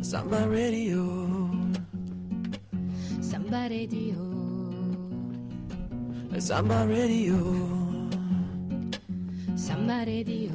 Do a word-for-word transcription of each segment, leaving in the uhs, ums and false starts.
Samba Radio, Samba Radio, Samba Radio, Samba Radio,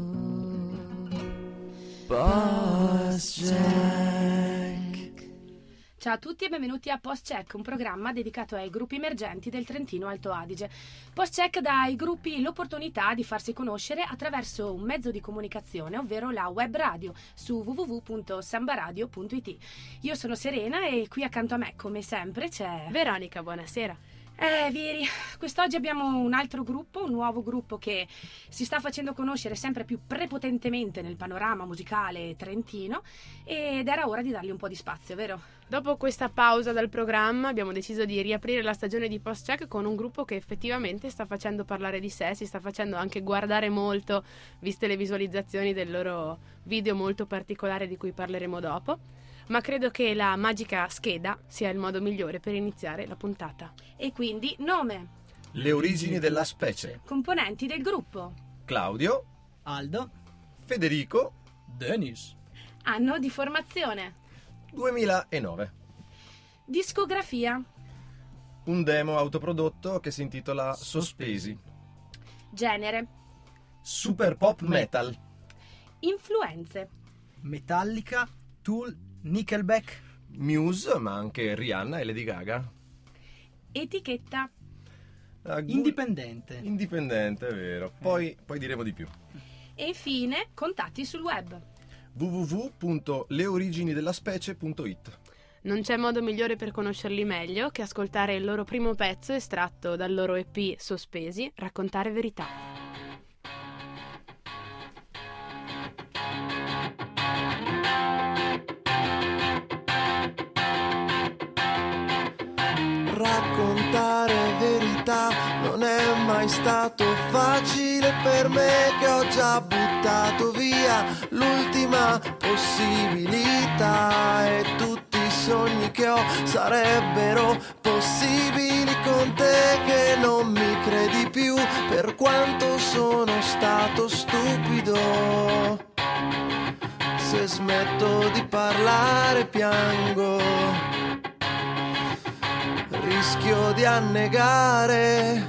Post Check. Ciao a tutti e benvenuti a Post Check, un programma dedicato ai gruppi emergenti del Trentino Alto Adige. Post Check dà ai gruppi l'opportunità di farsi conoscere attraverso un mezzo di comunicazione, ovvero la web radio, su w w w punto sambaradio punto i t. Io sono Serena e qui accanto a me, come sempre, c'è Veronica, buonasera. Eh, Vieri, quest'oggi abbiamo un altro gruppo, un nuovo gruppo che si sta facendo conoscere sempre più prepotentemente nel panorama musicale trentino ed era ora di dargli un po' di spazio, vero? Dopo questa pausa dal programma abbiamo deciso di riaprire la stagione di Post Check con un gruppo che effettivamente sta facendo parlare di sé, si sta facendo anche guardare molto, viste le visualizzazioni del loro video molto particolare di cui parleremo dopo. Ma credo che la magica scheda sia il modo migliore per iniziare la puntata. E quindi nome, le origini della specie: componenti del gruppo, Claudio, Aldo, Federico, Dennis, anno di formazione, duemilanove, discografia, un demo autoprodotto che si intitola Sospesi, genere, super pop metal, influenze, Metallica, Tool, Nickelback, Muse, ma anche Rihanna e Lady Gaga, etichetta, uh, indipendente. Indipendente, è vero. Poi, poi diremo di più. e infine contatti sul web. w w w punto le origini della specie punto i t. Non c'è modo migliore per conoscerli meglio che ascoltare il loro primo pezzo estratto dal loro E P Sospesi, Raccontare Verità. Raccontare verità non è mai stato facile per me, che ho già buttato via l'ultima possibilità, e tutti i sogni che ho sarebbero possibili con te che non mi credi più, per quanto sono stato stupido. Se smetto di parlare piango, rischio di annegare.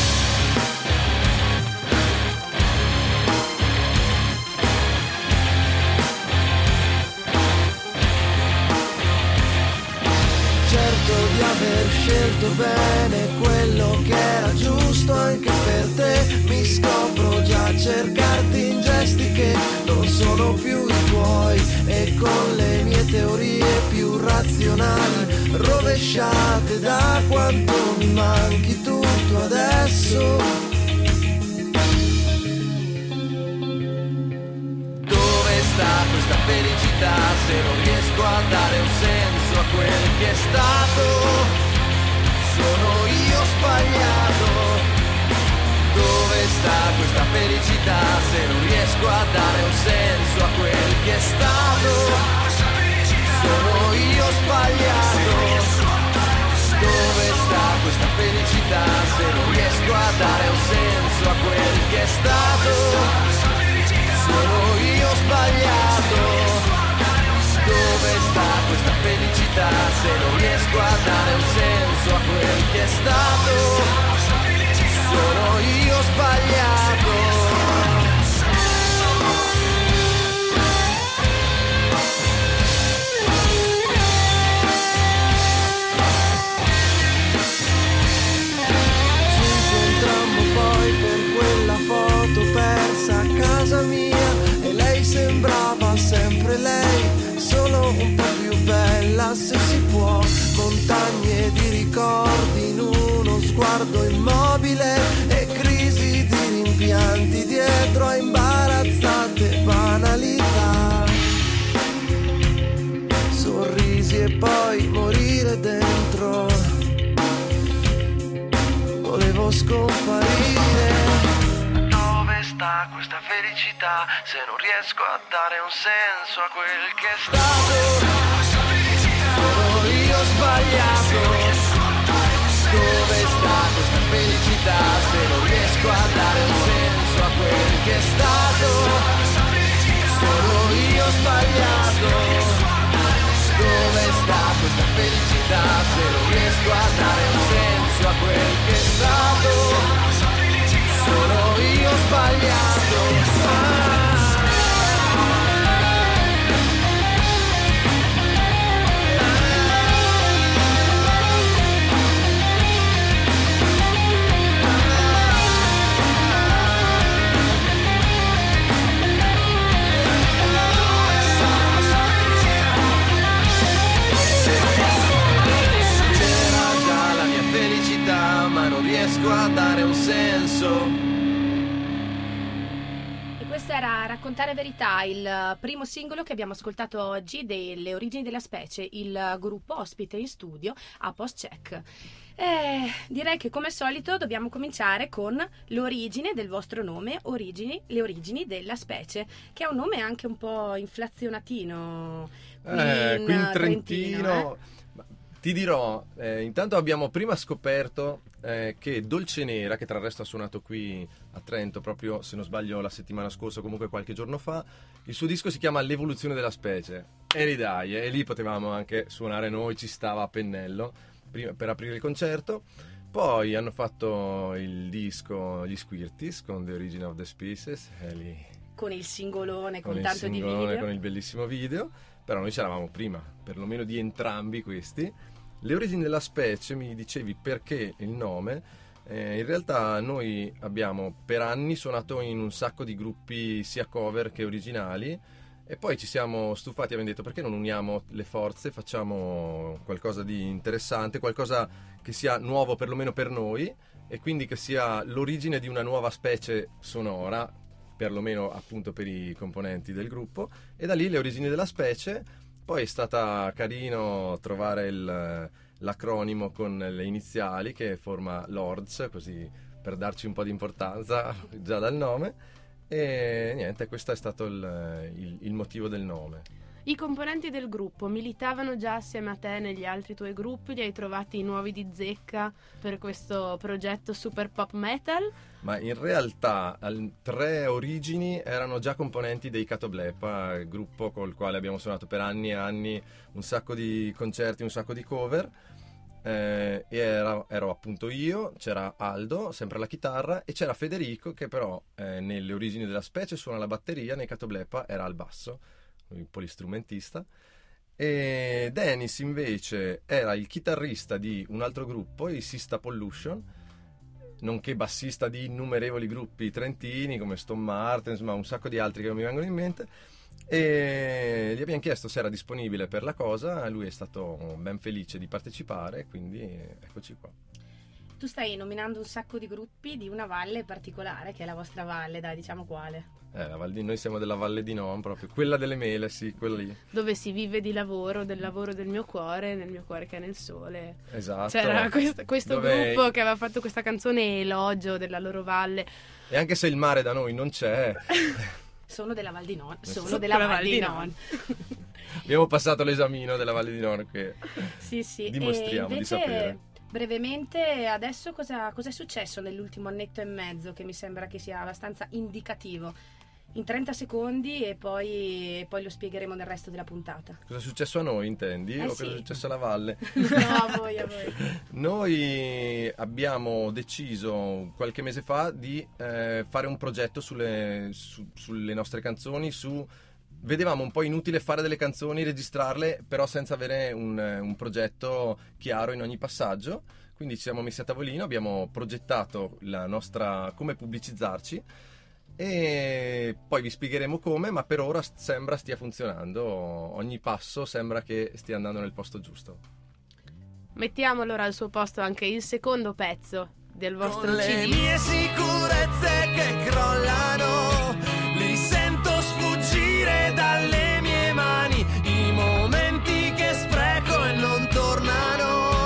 Certo di aver scelto bene quello che era giusto anche per te, mi scopro già a cercarti in gesti che non sono più i tuoi, e con le mie teorie più razionali rovesciate da quanto mi manchi tutto adesso. Dove sta questa felicità se non riesco a dare un senso a quel che è stato? Sono io sbagliato? Dove sta questa felicità se non riesco a dare un senso a quel che è stato? Sono io sbagliato? Dove sta questa felicità se non riesco a dare un senso a quel che è stato? Sono io sbagliato? Dove sta questa felicità se non riesco a dare un senso a quel che è stato? Sono io sbagliato? Persa a casa mia e lei sembrava sempre lei, solo un po' più bella se si può. Montagne di ricordi in uno sguardo immobile e crisi di rimpianti dietro a imbarazzate banalità. Sorrisi e poi morire dentro. Volevo scomparire. Questa felicità se non riesco a dare un senso a quel che è stato? Sono io sbagliato? Dove sta questa felicità se non riesco a dare un senso a quel che è stato? Sono io sbagliato? riesco a dare un senso a quel che è stato. Sono io sbagliato. Ah. A dare un senso. E questo era Raccontare Verità, il primo singolo che abbiamo ascoltato oggi delle Origini della Specie, il gruppo ospite in studio a Postcheck. Eh, direi che come al solito dobbiamo cominciare con l'origine del vostro nome, origini, le origini della specie, che ha un nome anche un po' inflazionatino qui, eh, in, qui in Trentino. Trentino eh? Ti dirò, eh, intanto abbiamo prima scoperto eh, che Dolce Nera, che tra l'altro ha suonato qui a Trento proprio, se non sbaglio, la settimana scorsa o comunque qualche giorno fa, il suo disco si chiama L'evoluzione della specie. E lì dai, e lì potevamo anche suonare noi, ci stava a pennello prima, per aprire il concerto. Poi hanno fatto il disco Gli Squirtis con The Origin of the Species, e lì, con il singolone, con, con tanto il di singolone, video. con il bellissimo video. Però noi c'eravamo prima, perlomeno di entrambi questi. Le origini della specie, mi dicevi perché il nome, eh, in realtà noi abbiamo per anni suonato in un sacco di gruppi sia cover che originali e poi ci siamo stufati, abbiamo detto perché non uniamo le forze, facciamo qualcosa di interessante, qualcosa che sia nuovo perlomeno per noi e quindi che sia l'origine di una nuova specie sonora, perlomeno appunto per i componenti del gruppo, e da lì le origini della specie. Poi è stata carino trovare il, l'acronimo con le iniziali che forma Lords, così per darci un po' di importanza già dal nome, e niente, questo è stato il, il, il motivo del nome. I componenti del gruppo militavano già assieme a te negli altri tuoi gruppi? Li hai trovati nuovi di zecca per questo progetto super pop metal? Ma in realtà al, tre origini erano già componenti dei Catoblepa, il gruppo col quale abbiamo suonato per anni e anni un sacco di concerti, un sacco di cover. Eh, e era, ero appunto io, c'era Aldo, sempre alla chitarra, e c'era Federico che però eh, nelle origini della specie suona la batteria, nei Catoblepa era al basso, il polistrumentista, e Dennis invece era il chitarrista di un altro gruppo, i Sista Pollution, nonché bassista di innumerevoli gruppi trentini come Stone Martens, ma un sacco di altri che non mi vengono in mente, e gli abbiamo chiesto se era disponibile per la cosa, lui è stato ben felice di partecipare, quindi eccoci qua. Tu stai nominando un sacco di gruppi di una valle particolare, che è la vostra valle, dai, diciamo quale. Eh, la Val di, noi siamo della Valle di Non, proprio quella delle mele, sì, quella lì. Dove si vive di lavoro, del lavoro del mio cuore, nel mio cuore che è nel sole. Esatto. C'era questo, questo Dove... gruppo che aveva fatto questa canzone elogio della loro valle. E anche se il mare da noi non c'è... Sono della Val di Non, sono Sotto della la Val Val di di Non. Abbiamo passato l'esamino della Valle di Non che Sì, sì. dimostriamo e invece, di sapere. Brevemente, adesso cosa, cosa è successo nell'ultimo annetto e mezzo, che mi sembra che sia abbastanza indicativo? In trenta secondi e poi, e poi lo spiegheremo nel resto della puntata. Cosa è successo a noi, intendi? Eh o sì. cosa è successo alla Valle? No, a voi, a voi. Noi abbiamo deciso qualche mese fa di eh, fare un progetto sulle, su, sulle nostre canzoni, su... Vedevamo un po' inutile fare delle canzoni, registrarle, però senza avere un, un progetto chiaro in ogni passaggio. Quindi ci siamo messi a tavolino, abbiamo progettato la nostra come pubblicizzarci e poi vi spiegheremo come, ma per ora sembra stia funzionando. Ogni passo sembra che stia andando nel posto giusto. Mettiamo allora al suo posto anche il secondo pezzo del vostro Con C le D. mie sicurezze che crollano, li sento sfuggire dalle mie mani, i momenti che spreco e non tornano.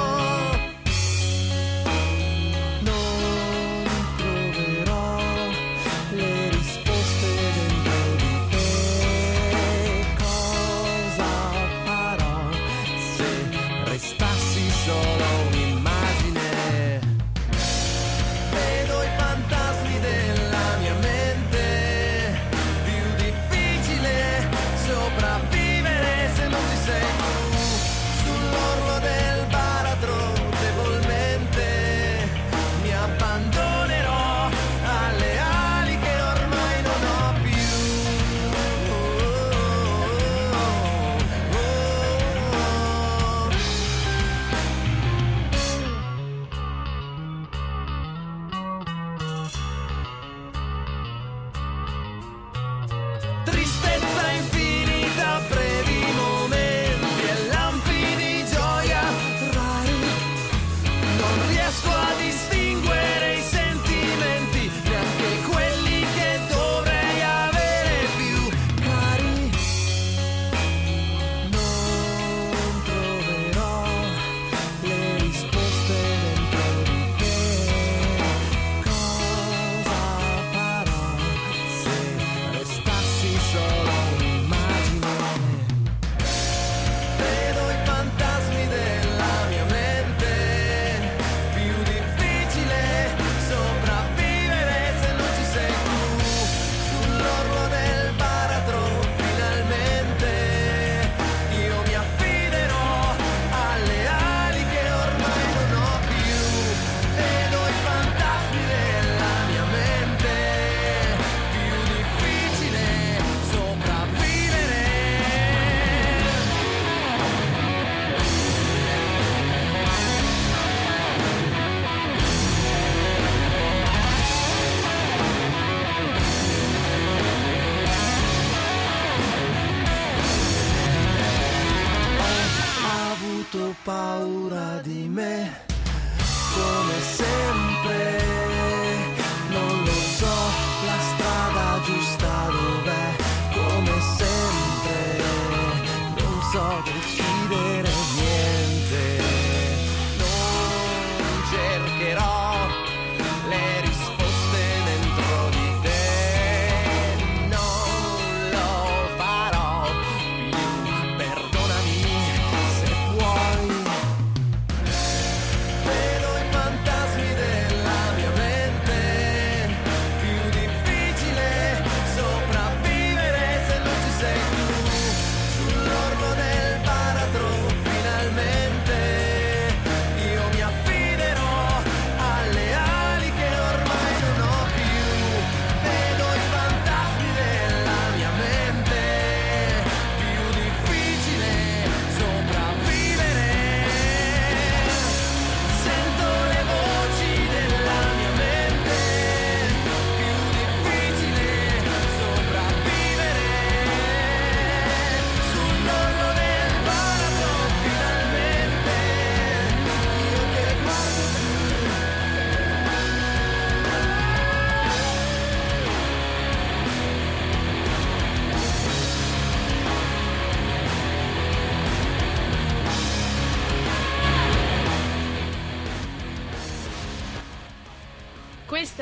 Non troverò le risposte dentro di te. Cosa farò se restassi solo un'immagine? Vedo i fantasmi della mia mente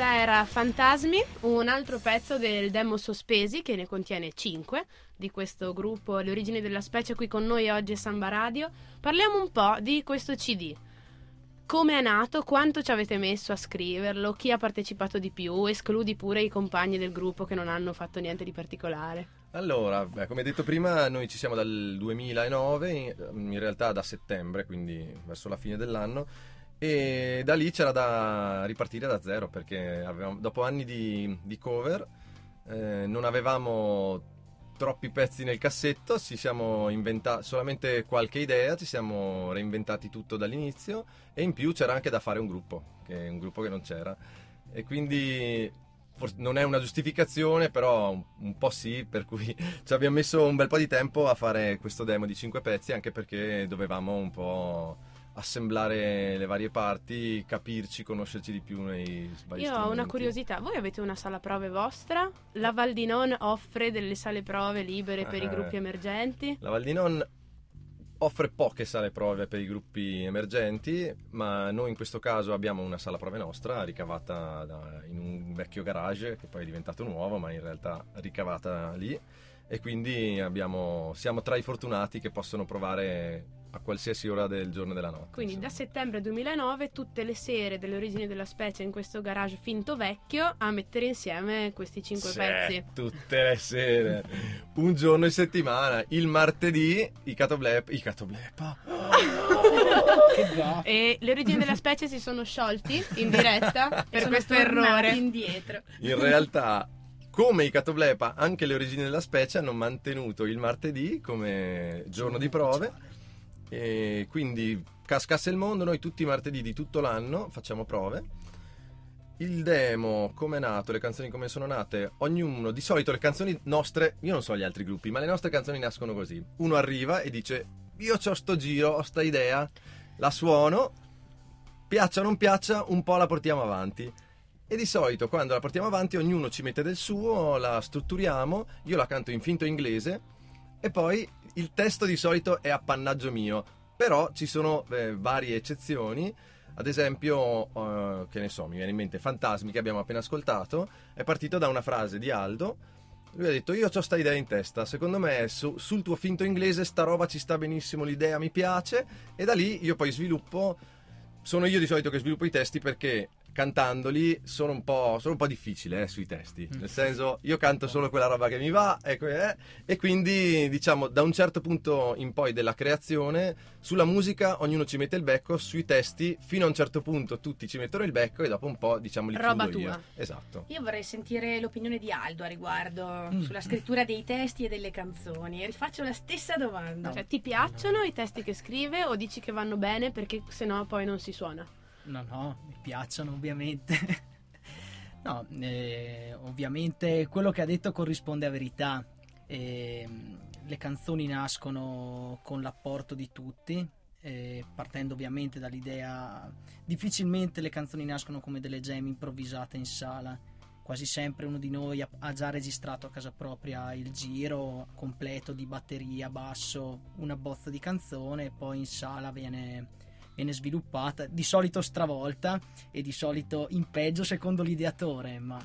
questa era Fantasmi, un altro pezzo del demo Sospesi che ne contiene cinque di questo gruppo Le origini della specie. Qui con noi oggi è Samba Radio. Parliamo un po' di questo C D. Come è nato? Quanto ci avete messo a scriverlo? Chi ha partecipato di più? Escludi pure i compagni del gruppo che non hanno fatto niente di particolare. Allora, beh, come detto prima, noi ci siamo dal duemilanove, in realtà da settembre, quindi verso la fine dell'anno, e da lì c'era da ripartire da zero, perché avevamo, dopo anni di, di cover eh, non avevamo troppi pezzi nel cassetto, ci siamo inventati solamente qualche idea, ci siamo reinventati tutto dall'inizio, e in più c'era anche da fare un gruppo, che è un gruppo che non c'era, e quindi forse non è una giustificazione, però un, un po' sì, per cui ci abbiamo messo un bel po' di tempo a fare questo demo di cinque pezzi, anche perché dovevamo un po' assemblare le varie parti, capirci, conoscerci di più nei vari Io ho strumenti. una curiosità, voi avete una sala prove vostra? La Val di Non offre delle sale prove libere per Eh. i gruppi emergenti? La Val di Non offre poche sale prove per i gruppi emergenti, ma noi in questo caso abbiamo una sala prove nostra, ricavata da, in un vecchio garage che poi è diventato nuovo, ma in realtà ricavata lì, e quindi abbiamo, siamo tra i fortunati che possono provare a qualsiasi ora del giorno e della notte. Quindi da insomma. settembre duemilanove tutte le sere delle origini della specie in questo garage finto vecchio a mettere insieme questi cinque Sì, pezzi. tutte le sere, un giorno in settimana, il martedì i Catoblep, i Catoblepa. Che va. E le origini della specie si sono sciolti in diretta per Sono questo tornati errore. indietro. In realtà, come i Catoblepa, anche le origini della specie hanno mantenuto il martedì come giorno di prove, e quindi cascasse il mondo, noi tutti i martedì di tutto l'anno facciamo prove. Il demo come è nato, le canzoni come sono nate, ognuno, di solito le canzoni nostre, io non so gli altri gruppi, ma le nostre canzoni nascono così: uno arriva e dice io c'ho sto giro, ho sta idea, la suono, piaccia o non piaccia, un po' la portiamo avanti. E di solito quando la portiamo avanti ognuno ci mette del suo, la strutturiamo, io la canto in finto inglese e poi il testo di solito è appannaggio mio, però ci sono eh, varie eccezioni. Ad esempio, eh, che ne so, mi viene in mente Fantasmi, che abbiamo appena ascoltato, è partito da una frase di Aldo. Lui ha detto io ho sta idea in testa, secondo me su, sul tuo finto inglese sta roba ci sta benissimo, l'idea mi piace, e da lì io poi sviluppo. Sono io di solito che sviluppo i testi, perché cantandoli sono un po', sono un po' difficile eh, sui testi, nel senso io canto solo quella roba che mi va e, que- e quindi diciamo da un certo punto in poi della creazione sulla musica ognuno ci mette il becco, sui testi fino a un certo punto tutti ci mettono il becco e dopo un po' diciamo li Roba chiudo io. tua. Esatto. Io vorrei sentire l'opinione di Aldo a riguardo, Mm. sulla scrittura dei testi e delle canzoni. E rifaccio la stessa domanda. Cioè, ti piacciono i testi che scrive o dici che vanno bene perché sennò poi non si suona? No, no, mi piacciono ovviamente. No, eh, ovviamente quello che ha detto corrisponde a verità. Eh, le canzoni nascono con l'apporto di tutti, eh, partendo ovviamente dall'idea. Difficilmente le canzoni nascono come delle jam improvvisate in sala. Quasi sempre uno di noi ha, ha già registrato a casa propria il giro completo di batteria, basso, una bozza di canzone, e poi in sala viene viene sviluppata, di solito stravolta e di solito in peggio secondo l'ideatore, ma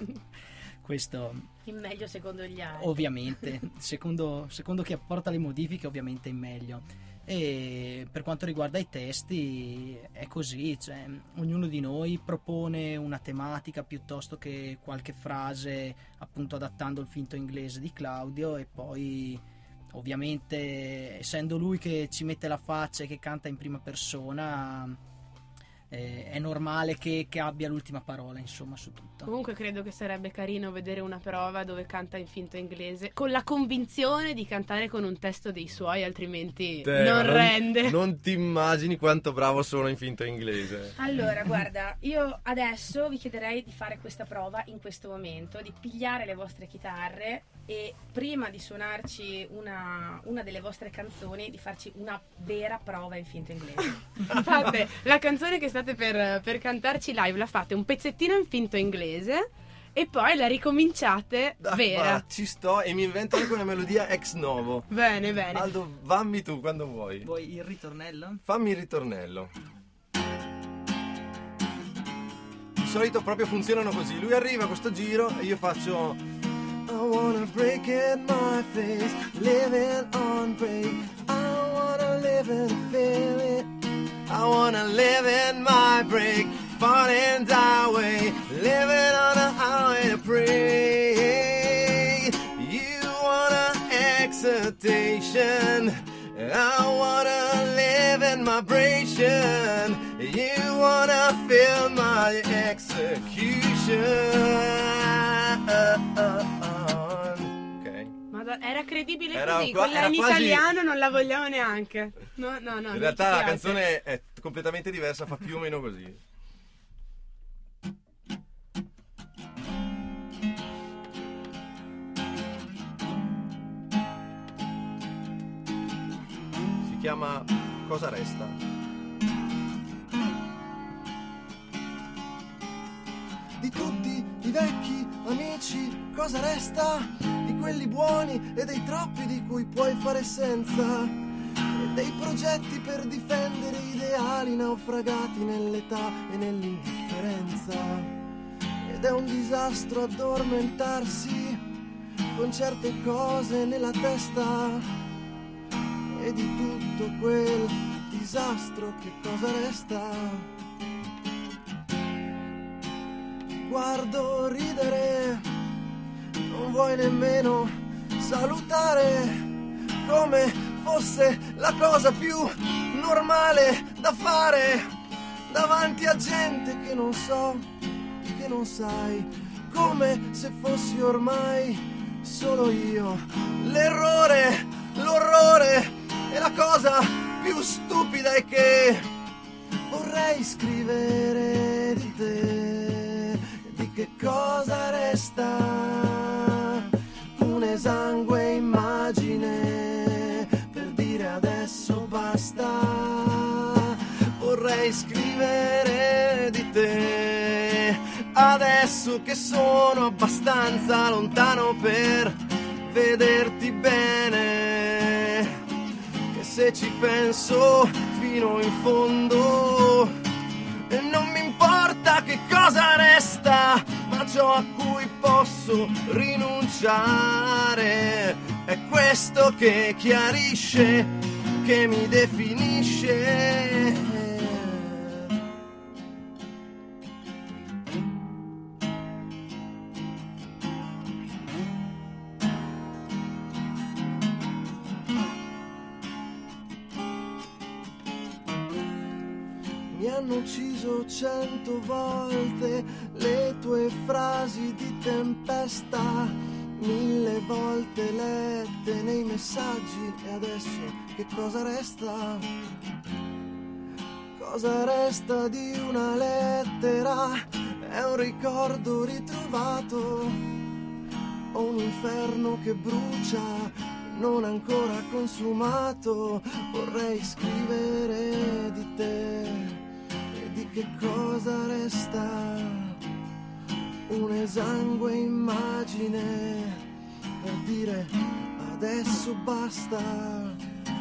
questo In meglio secondo gli altri. ovviamente secondo, secondo chi apporta le modifiche ovviamente in meglio. E per quanto riguarda i testi è così, cioè ognuno di noi propone una tematica piuttosto che qualche frase, appunto adattando il finto inglese di Claudio, e poi ovviamente essendo lui che ci mette la faccia e che canta in prima persona, eh, è normale che, che abbia l'ultima parola insomma su tutto. Comunque credo che sarebbe carino vedere una prova dove canta in finto inglese con la convinzione di cantare con un testo dei suoi, altrimenti Te, non ma rende. Non ti immagini quanto bravo sono in finto inglese. Allora, guarda, io adesso vi chiederei di fare questa prova in questo momento, di pigliare le vostre chitarre e prima di suonarci una, una delle vostre canzoni, di farci una vera prova in finto inglese. Fate la canzone che state per, per cantarci live, la fate un pezzettino in finto inglese e poi la ricominciate Ah, vera. ma ci sto e mi invento anche una melodia ex novo. Bene, bene. Aldo, vammi tu quando vuoi. Vuoi il ritornello? Fammi il ritornello. solito proprio funzionano così. Lui arriva a questo giro e io faccio I wanna break in my face, living on break. I wanna live and feel it. I wanna live in my break, fun and highway, living on a highway to pray. You wanna excitation, I wanna live in my vibration. You wanna feel my execution. Ok. Ma da- era credibile Era così, qua- quella era in quasi- italiano non la vogliamo neanche. No, no, no. In mi realtà la dispiace. canzone è completamente diversa, fa più o meno così. Si chiama Cosa resta? Di tutti i vecchi amici cosa resta? Di quelli buoni e dei troppi di cui puoi fare senza, e dei progetti per difendere ideali naufragati nell'età e nell'indifferenza. Ed è un disastro addormentarsi con certe cose nella testa, e di tutto quel disastro che cosa resta? Guardo ridere, non vuoi nemmeno salutare, come fosse la cosa più normale da fare davanti a gente che non so, che non sai, come se fossi ormai solo io. L'errore, l'orrore e la cosa più stupida è che vorrei scrivere di te, di che cosa resta, un'esangue immagine per dire adesso basta. Vorrei scrivere di te adesso che sono abbastanza lontano per vederti bene, che se ci penso fino in fondo e non mi importa che cosa resta, ma ciò a cui posso rinunciare è questo che chiarisce, che mi definisce. Mi hanno ucciso cento volte le tue frasi di tempesta, mille volte lette nei messaggi, e adesso che cosa resta? Cosa resta di una lettera? È un ricordo ritrovato, o un inferno che brucia, non ancora consumato. Vorrei scrivere di te, di che cosa resta, un'esangue immagine per dire adesso basta.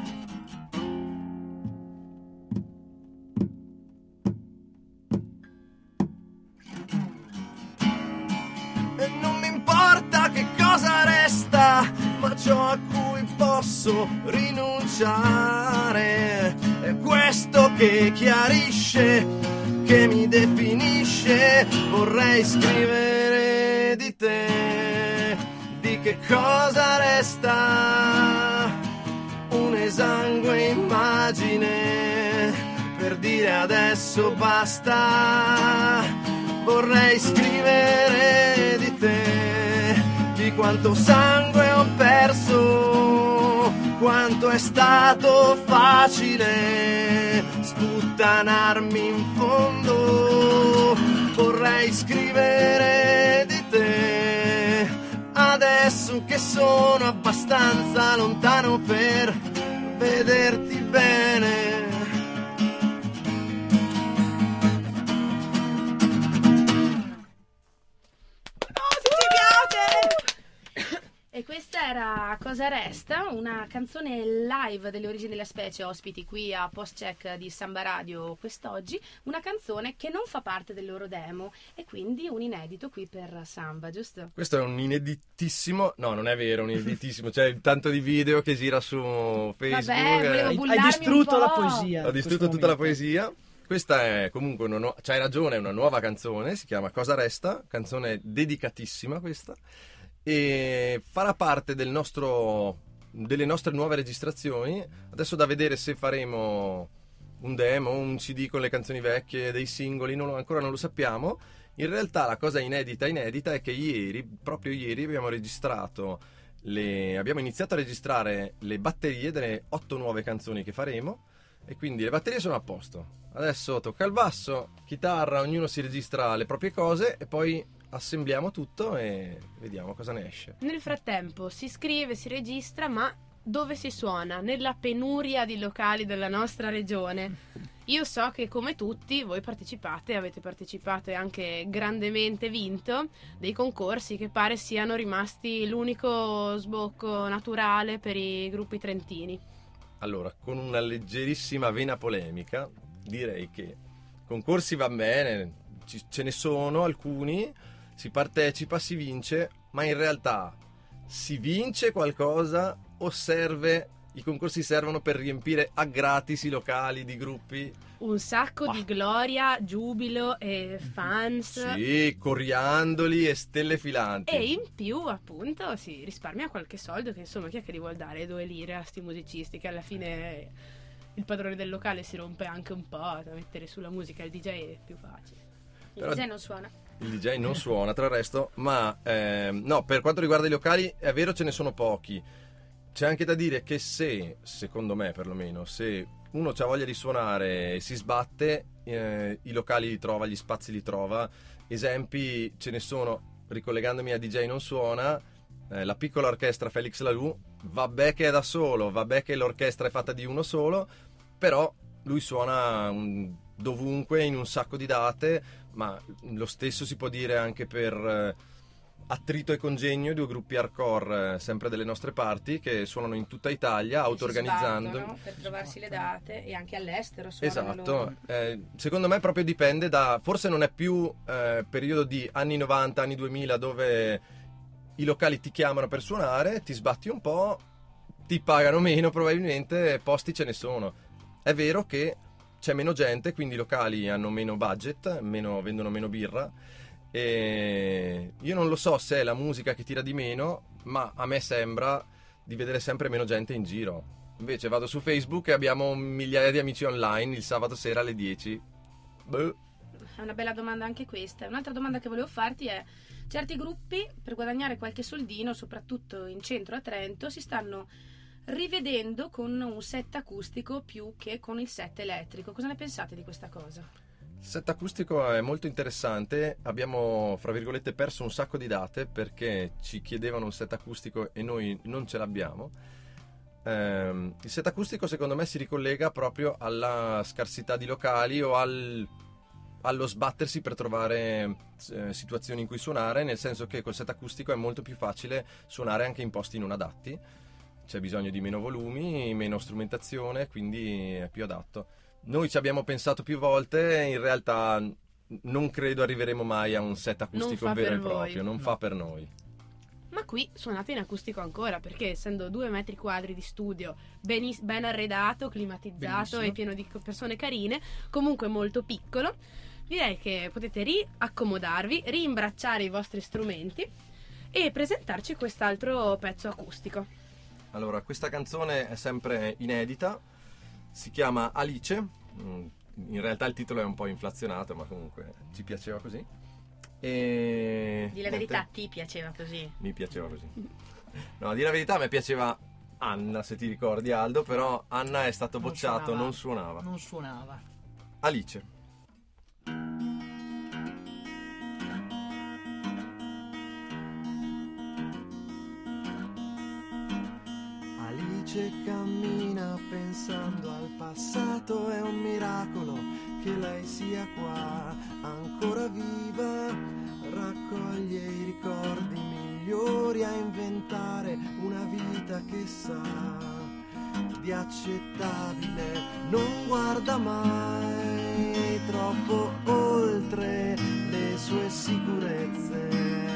E non mi importa che cosa resta, ma ciò a cui posso rinunciare è questo che chiarisce, che mi definisce. Vorrei scrivere di te, di che cosa resta, un'esangue immagine per dire adesso basta. Vorrei scrivere di te, di quanto sangue ho perso, quanto è stato facile sputtanarmi in fondo. Vorrei scrivere di te adesso che sono abbastanza lontano per vederti bene. E questa era Cosa Resta, una canzone live delle origini della specie, ospiti qui a Post Check di Samba Radio quest'oggi, una canzone che non fa parte del loro demo e quindi un inedito qui per Samba, giusto? Questo è un ineditissimo, no non è vero, un ineditissimo, c'è tanto di video che gira su Facebook. Vabbè, volevo eh. bullarmi Hai distrutto un la po'. poesia. Ho in distrutto questo tutta la momento. poesia. Questa è comunque, una nu- c'hai ragione, è una nuova canzone, si chiama Cosa Resta, canzone dedicatissima questa, e farà parte del nostro, delle nostre nuove registrazioni. Adesso da vedere se faremo un demo, un C D con le canzoni vecchie, dei singoli, non lo- ancora non lo sappiamo. In realtà la cosa inedita inedita è che ieri, proprio ieri, abbiamo registrato le, abbiamo iniziato a registrare le batterie delle otto nuove canzoni che faremo, e quindi le batterie sono a posto. Adesso tocca il basso, chitarra, ognuno si registra le proprie cose e poi assembliamo tutto e vediamo cosa ne esce. Nel frattempo si scrive, si registra, ma dove si suona? Nella penuria di locali della nostra regione. Io so che come tutti voi partecipate, avete partecipato e anche grandemente vinto dei concorsi che pare siano rimasti l'unico sbocco naturale per i gruppi trentini. Allora, con una leggerissima vena polemica, direi che concorsi va bene, ci- ce ne sono alcuni, si partecipa, si vince, ma in realtà si vince qualcosa o serve, i concorsi servono per riempire a gratis i locali di gruppi? Un sacco Bah. di gloria, giubilo e fans. Sì, coriandoli e stelle filanti. E in più, appunto, si risparmia qualche soldo, che insomma, chi è che li vuol dare due lire a sti musicisti, che alla fine il padrone del locale si rompe anche un po' da mettere sulla musica, il D J è più facile. Il Però- D J non suona. Il D J non suona, tra il resto, ma ehm, no, per quanto riguarda i locali è vero, ce ne sono pochi. C'è anche da dire che se, secondo me perlomeno, se uno ha voglia di suonare e si sbatte, eh, i locali li trova, gli spazi li trova. Esempi ce ne sono, ricollegandomi a D J non suona, eh, la piccola orchestra Felix Lalou, vabbè che è da solo, vabbè che l'orchestra è fatta di uno solo, però lui suona un- dovunque, in un sacco di date, ma lo stesso si può dire anche per eh, Attrito e Congegno, due gruppi hardcore eh, sempre delle nostre parti che suonano in tutta Italia, auto-organizzando. Si sbattono per trovarsi le date e anche all'estero suonano Esatto, loro. eh, secondo me proprio dipende da, forse non è più eh, periodo di anni novanta, anni duemila dove i locali ti chiamano per suonare, ti sbatti un po', ti pagano meno probabilmente, posti ce ne sono. È vero che c'è meno gente, quindi i locali hanno meno budget, meno, vendono meno birra, e io non lo so se è la musica che tira di meno, ma a me sembra di vedere sempre meno gente in giro. Invece vado su Facebook e abbiamo migliaia di amici online il sabato sera alle dieci. Boh. È una bella domanda anche questa. Un'altra domanda che volevo farti è: certi gruppi per guadagnare qualche soldino, soprattutto in centro a Trento, si stanno rivedendo con un set acustico più che con il set elettrico. Cosa ne pensate di questa cosa? Il set acustico è molto interessante, abbiamo fra virgolette perso un sacco di date perché ci chiedevano un set acustico e noi non ce l'abbiamo. Ehm, il set acustico secondo me si ricollega proprio alla scarsità di locali o al, allo sbattersi per trovare eh, situazioni in cui suonare, nel senso che col set acustico è molto più facile suonare anche in posti non adatti, c'è bisogno di meno volumi, meno strumentazione, quindi è più adatto. Noi ci abbiamo pensato più volte, in realtà non credo arriveremo mai a un set acustico fa vero per e voi. proprio, non No. fa per noi. Ma qui suonate in acustico ancora, perché essendo due metri quadri di studio ben, ben arredato, climatizzato Bellissimo. e pieno di co- persone carine, comunque molto piccolo, direi che potete riaccomodarvi, rimbracciare i vostri strumenti e presentarci quest'altro pezzo acustico. Allora, questa canzone è sempre inedita, si chiama Alice, mm, in realtà il titolo è un po' inflazionato, ma comunque ci piaceva così. E Di la niente, verità, ti piaceva così? mi piaceva così. No, di la verità a me piaceva Anna, se ti ricordi Aldo, però Anna è stato Non bocciato, suonava. non suonava. Non suonava. Alice. Alice cammina pensando al passato, è un miracolo che lei sia qua, ancora viva, raccoglie i ricordi migliori migliori a inventare una vita che sa di accettabile, non guarda mai troppo oltre le sue sicurezze,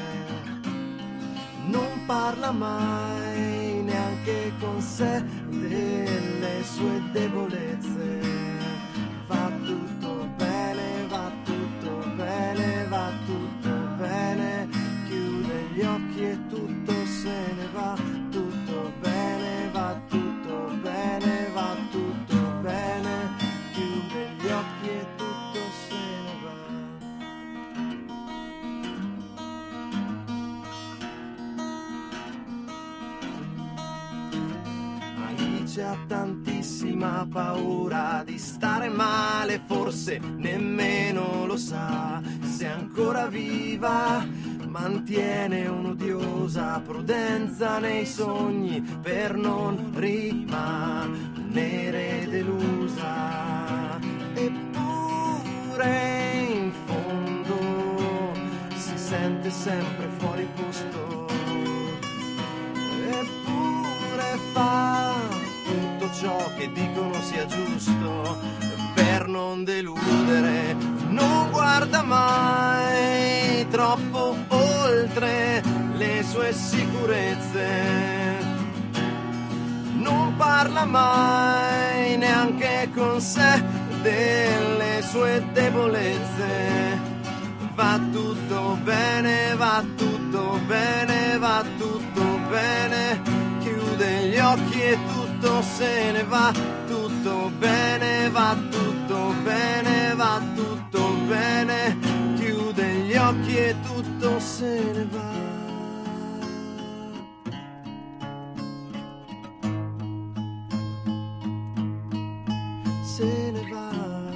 non parla mai neanche con sé delle sue debolezze, va tutto bene, va tutto bene, va tutto bene, chiude gli occhi e tutto se ne va, tutto bene, va tutto bene, va tutto bene, chiude gli occhi e tutto se ne va. Alice ha tantissima paura di stare male, forse nemmeno lo sa se è ancora viva, mantiene un'odiosa prudenza nei sogni per non rimanere delusa, eppure in fondo si sente sempre fuori posto, eppure fa tutto ciò che dicono sia giusto per non deludere, non guarda mai troppo oltre le sue sicurezze, non parla mai neanche con sé delle sue debolezze, va tutto bene, va tutto bene, va tutto bene, chiude gli occhi e tutto se ne va, tutto bene, va tutto bene, va tutto bene, chiude gli occhi e tutto se ne va. Se ne va.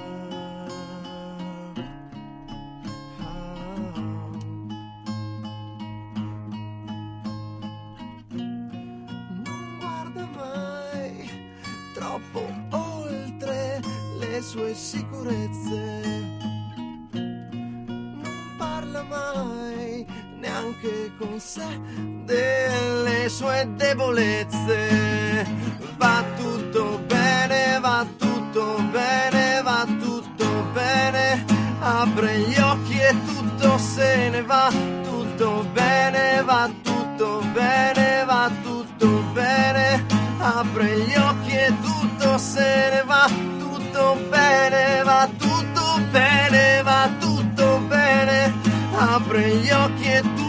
Non guarda mai troppo oltre le sue sicurezze, non parla mai neanche con sé delle sue debolezze, va tutto bene, va tutto bene, va tutto bene, apre gli occhi e tutto se ne va, tutto bene, va tutto bene, va tutto bene, apre gli occhi e tutto se ne va, tutto bene, va tutto bene, va tutto bene, apre gli occhi e tutto